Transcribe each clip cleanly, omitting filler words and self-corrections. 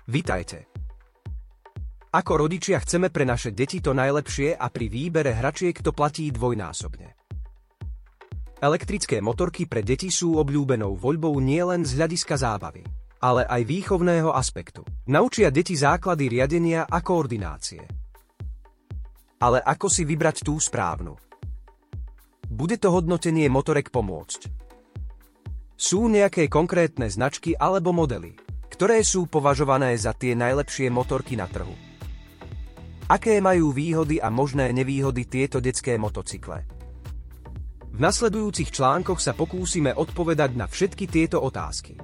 Vitajte. Ako rodičia chceme pre naše deti to najlepšie a pri výbere hračiek to platí dvojnásobne. Elektrické motorky pre deti sú obľúbenou voľbou nielen z hľadiska zábavy, ale aj výchovného aspektu. Naučia deti základy riadenia a koordinácie. Ale ako si vybrať tú správnu? Bude to hodnotenie motorek pomôcť? Sú nejaké konkrétne značky alebo modely, ktoré sú považované za tie najlepšie motorky na trhu? Aké majú výhody a možné nevýhody tieto detské motocykle? V nasledujúcich článkoch sa pokúsime odpovedať na všetky tieto otázky.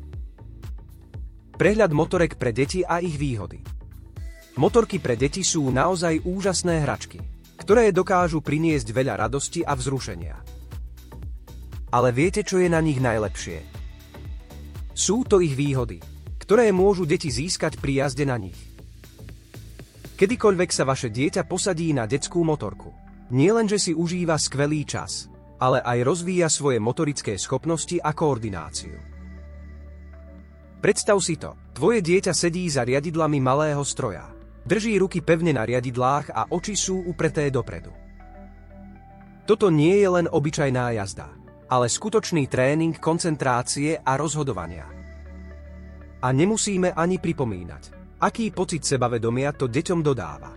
Prehľad motorek pre deti a ich výhody. Motorky pre deti sú naozaj úžasné hračky, ktoré dokážu priniesť veľa radosti a vzrušenia. Ale viete, čo je na nich najlepšie? Sú to ich výhody, ktoré môžu deti získať pri jazde na nich. Kedykoľvek sa vaše dieťa posadí na detskú motorku, nielenže si užíva skvelý čas, ale aj rozvíja svoje motorické schopnosti a koordináciu. Predstav si to, tvoje dieťa sedí za riadidlami malého stroja, drží ruky pevne na riadidlách a oči sú upreté dopredu. Toto nie je len obyčajná jazda, ale skutočný tréning koncentrácie a rozhodovania. A nemusíme ani pripomínať, aký pocit sebavedomia to deťom dodáva.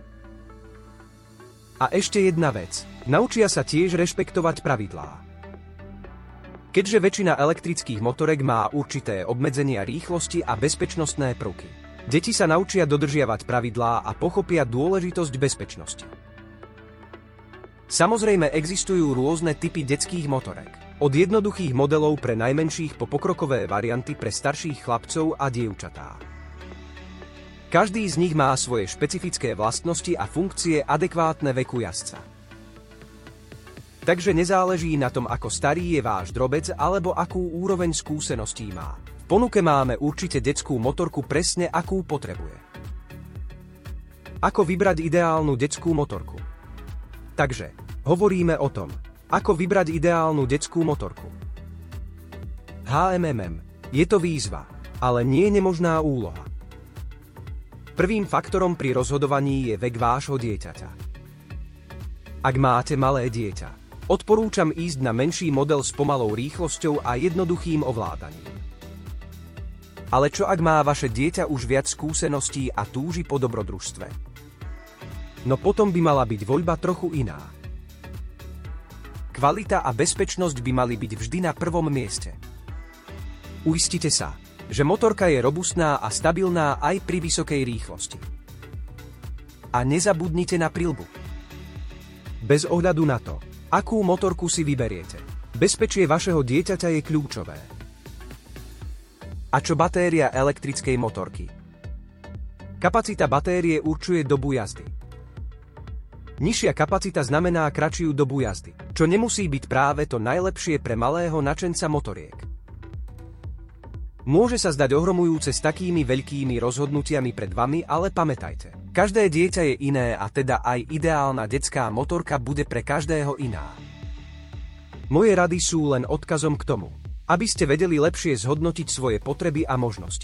A ešte jedna vec, naučia sa tiež rešpektovať pravidlá. Keďže väčšina elektrických motorek má určité obmedzenia rýchlosti a bezpečnostné prvky, deti sa naučia dodržiavať pravidlá a pochopia dôležitosť bezpečnosti. Samozrejme existujú rôzne typy detských motorek, od jednoduchých modelov pre najmenších po pokrokové varianty pre starších chlapcov a dievčatá. Každý z nich má svoje špecifické vlastnosti a funkcie adekvátne veku jazdca. Takže nezáleží na tom, ako starý je váš drobec alebo akú úroveň skúseností má. V ponuke máme určite detskú motorku presne akú potrebuje. Ako vybrať ideálnu detskú motorku? Takže, hovoríme o tom, ako vybrať ideálnu detskú motorku. Je to výzva, ale nie nemožná úloha. Prvým faktorom pri rozhodovaní je vek vášho dieťaťa. Ak máte malé dieťa, odporúčam ísť na menší model s pomalou rýchlosťou a jednoduchým ovládaním. Ale čo ak má vaše dieťa už viac skúseností a túži po dobrodružstve? No potom by mala byť voľba trochu iná. Kvalita a bezpečnosť by mali byť vždy na prvom mieste. Uistite sa, že motorka je robustná a stabilná aj pri vysokej rýchlosti. A nezabudnite na prilbu. Bez ohľadu na to, akú motorku si vyberiete, bezpečie vašeho dieťaťa je kľúčové. A čo batéria elektrickej motorky? Kapacita batérie určuje dobu jazdy. Nižšia kapacita znamená kratšiu dobu jazdy, čo nemusí byť práve to najlepšie pre malého nadšenca motoriek. Môže sa zdať ohromujúce s takými veľkými rozhodnutiami pred vami, ale pamätajte, každé dieťa je iné a teda aj ideálna detská motorka bude pre každého iná. Moje rady sú len odkazom k tomu, aby ste vedeli lepšie zhodnotiť svoje potreby a možnosti.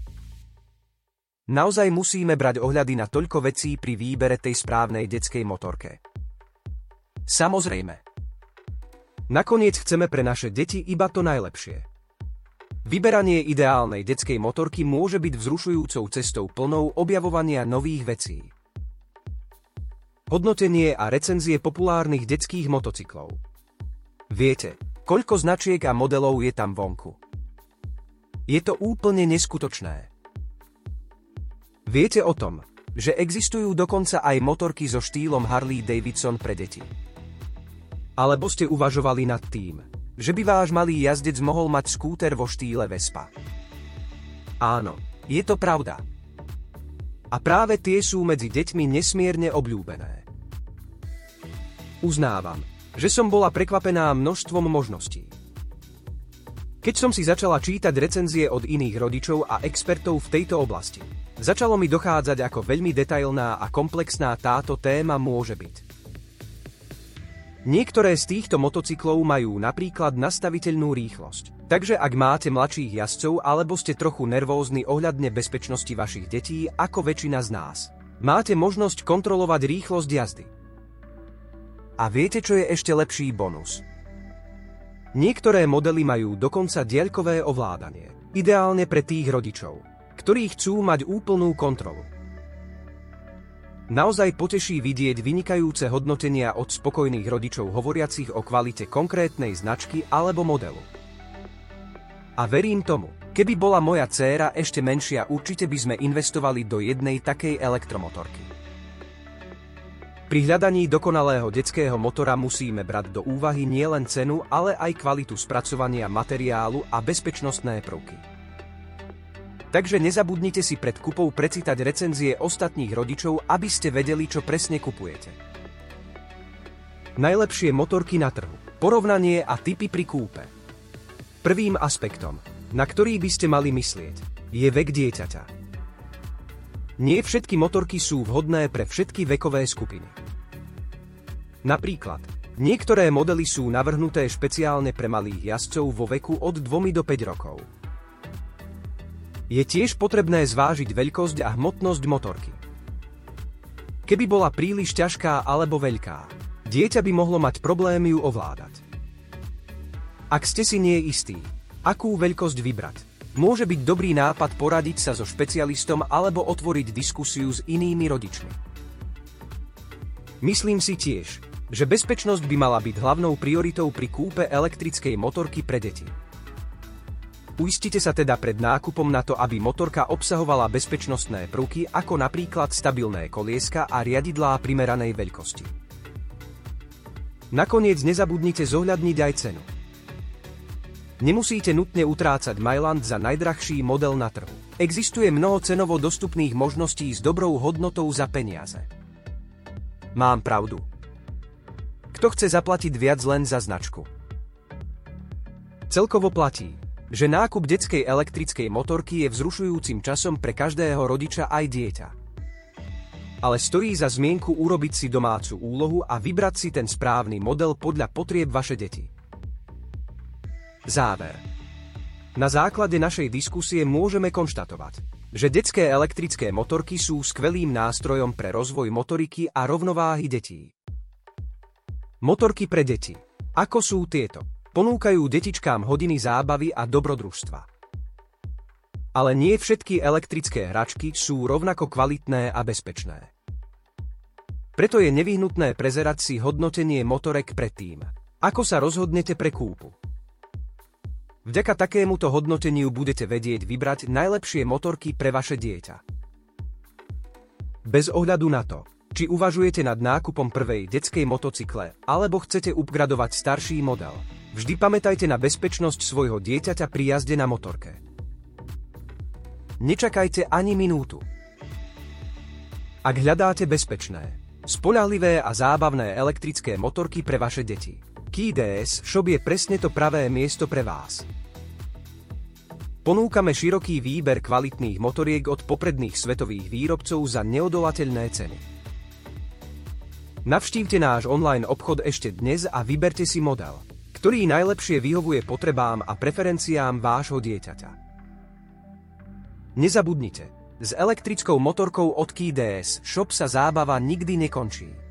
Naozaj musíme brať ohľady na toľko vecí pri výbere tej správnej detskej motorke. Samozrejme. Nakoniec chceme pre naše deti iba to najlepšie. Vyberanie ideálnej detskej motorky môže byť vzrušujúcou cestou plnou objavovania nových vecí. Hodnotenie a recenzie populárnych detských motocyklov. Viete, koľko značiek a modelov je tam vonku? Je to úplne neskutočné. Viete o tom, že existujú dokonca aj motorky so štýlom Harley Davidson pre deti? Alebo ste uvažovali nad tým, že by váš malý jazdec mohol mať skúter vo štýle Vespa? Áno, je to pravda. A práve tie sú medzi deťmi nesmierne obľúbené. Uznávam, že som bola prekvapená množstvom možností. Keď som si začala čítať recenzie od iných rodičov a expertov v tejto oblasti, začalo mi dochádzať, ako veľmi detailná a komplexná táto téma môže byť. Niektoré z týchto motocyklov majú napríklad nastaviteľnú rýchlosť. Takže ak máte mladších jazdcov alebo ste trochu nervózni ohľadne bezpečnosti vašich detí ako väčšina z nás, máte možnosť kontrolovať rýchlosť jazdy. A viete, čo je ešte lepší bonus? Niektoré modely majú dokonca diaľkové ovládanie. Ideálne pre tých rodičov, ktorí chcú mať úplnú kontrolu. Naozaj poteší vidieť vynikajúce hodnotenia od spokojných rodičov hovoriacich o kvalite konkrétnej značky alebo modelu. A verím tomu, keby bola moja dcéra ešte menšia, určite by sme investovali do jednej takej elektromotorky. Pri hľadaní dokonalého detského motora musíme brať do úvahy nielen cenu, ale aj kvalitu spracovania materiálu a bezpečnostné prvky. Takže nezabudnite si pred kúpou prečítať recenzie ostatných rodičov, aby ste vedeli, čo presne kupujete. Najlepšie motorky na trhu. Porovnanie a tipy pri kúpe. Prvým aspektom, na ktorý by ste mali myslieť, je vek dieťaťa. Nie všetky motorky sú vhodné pre všetky vekové skupiny. Napríklad, niektoré modely sú navrhnuté špeciálne pre malých jazdcov vo veku od 2 do 5 rokov. Je tiež potrebné zvážiť veľkosť a hmotnosť motorky. Keby bola príliš ťažká alebo veľká, dieťa by mohlo mať problém ju ovládať. Ak ste si nie istí, akú veľkosť vybrať, môže byť dobrý nápad poradiť sa so špecialistom alebo otvoriť diskusiu s inými rodičmi. Myslím si tiež, že bezpečnosť by mala byť hlavnou prioritou pri kúpe elektrickej motorky pre deti. Uistite sa teda pred nákupom na to, aby motorka obsahovala bezpečnostné prvky ako napríklad stabilné kolieska a riadidlá primeranej veľkosti. Nakoniec nezabudnite zohľadniť aj cenu. Nemusíte nutne utrácať Mailand za najdrahší model na trhu. Existuje mnoho cenovo dostupných možností s dobrou hodnotou za peniaze. Mám pravdu. Kto chce zaplatiť viac len za značku? Celkovo platí, že nákup detskej elektrickej motorky je vzrušujúcim časom pre každého rodiča aj dieťa. Ale stojí za zmienku urobiť si domácu úlohu a vybrať si ten správny model podľa potrieb vaše deti. Záver. Na základe našej diskusie môžeme konštatovať, že detské elektrické motorky sú skvelým nástrojom pre rozvoj motoriky a rovnováhy detí. Motorky pre deti. Ako sú tieto? Ponúkajú detičkám hodiny zábavy a dobrodružstva. Ale nie všetky elektrické hračky sú rovnako kvalitné a bezpečné. Preto je nevyhnutné prezerať si hodnotenie motorek predtým, ako sa rozhodnete pre kúpu. Vďaka takémuto hodnoteniu budete vedieť vybrať najlepšie motorky pre vaše dieťa. Bez ohľadu na to, či uvažujete nad nákupom prvej detskej motocykle alebo chcete upgradovať starší model, vždy pamätajte na bezpečnosť svojho dieťaťa pri jazde na motorke. Nečakajte ani minútu. Ak hľadáte bezpečné, spoľahlivé a zábavné elektrické motorky pre vaše deti, KeyDS Shop je presne to pravé miesto pre vás. Ponúkame široký výber kvalitných motoriek od popredných svetových výrobcov za neodolateľné ceny. Navštívte náš online obchod ešte dnes a vyberte si model, ktorý najlepšie vyhovuje potrebám a preferenciám vášho dieťaťa. Nezabudnite, s elektrickou motorkou od KeyDS Shop sa zábava nikdy nekončí.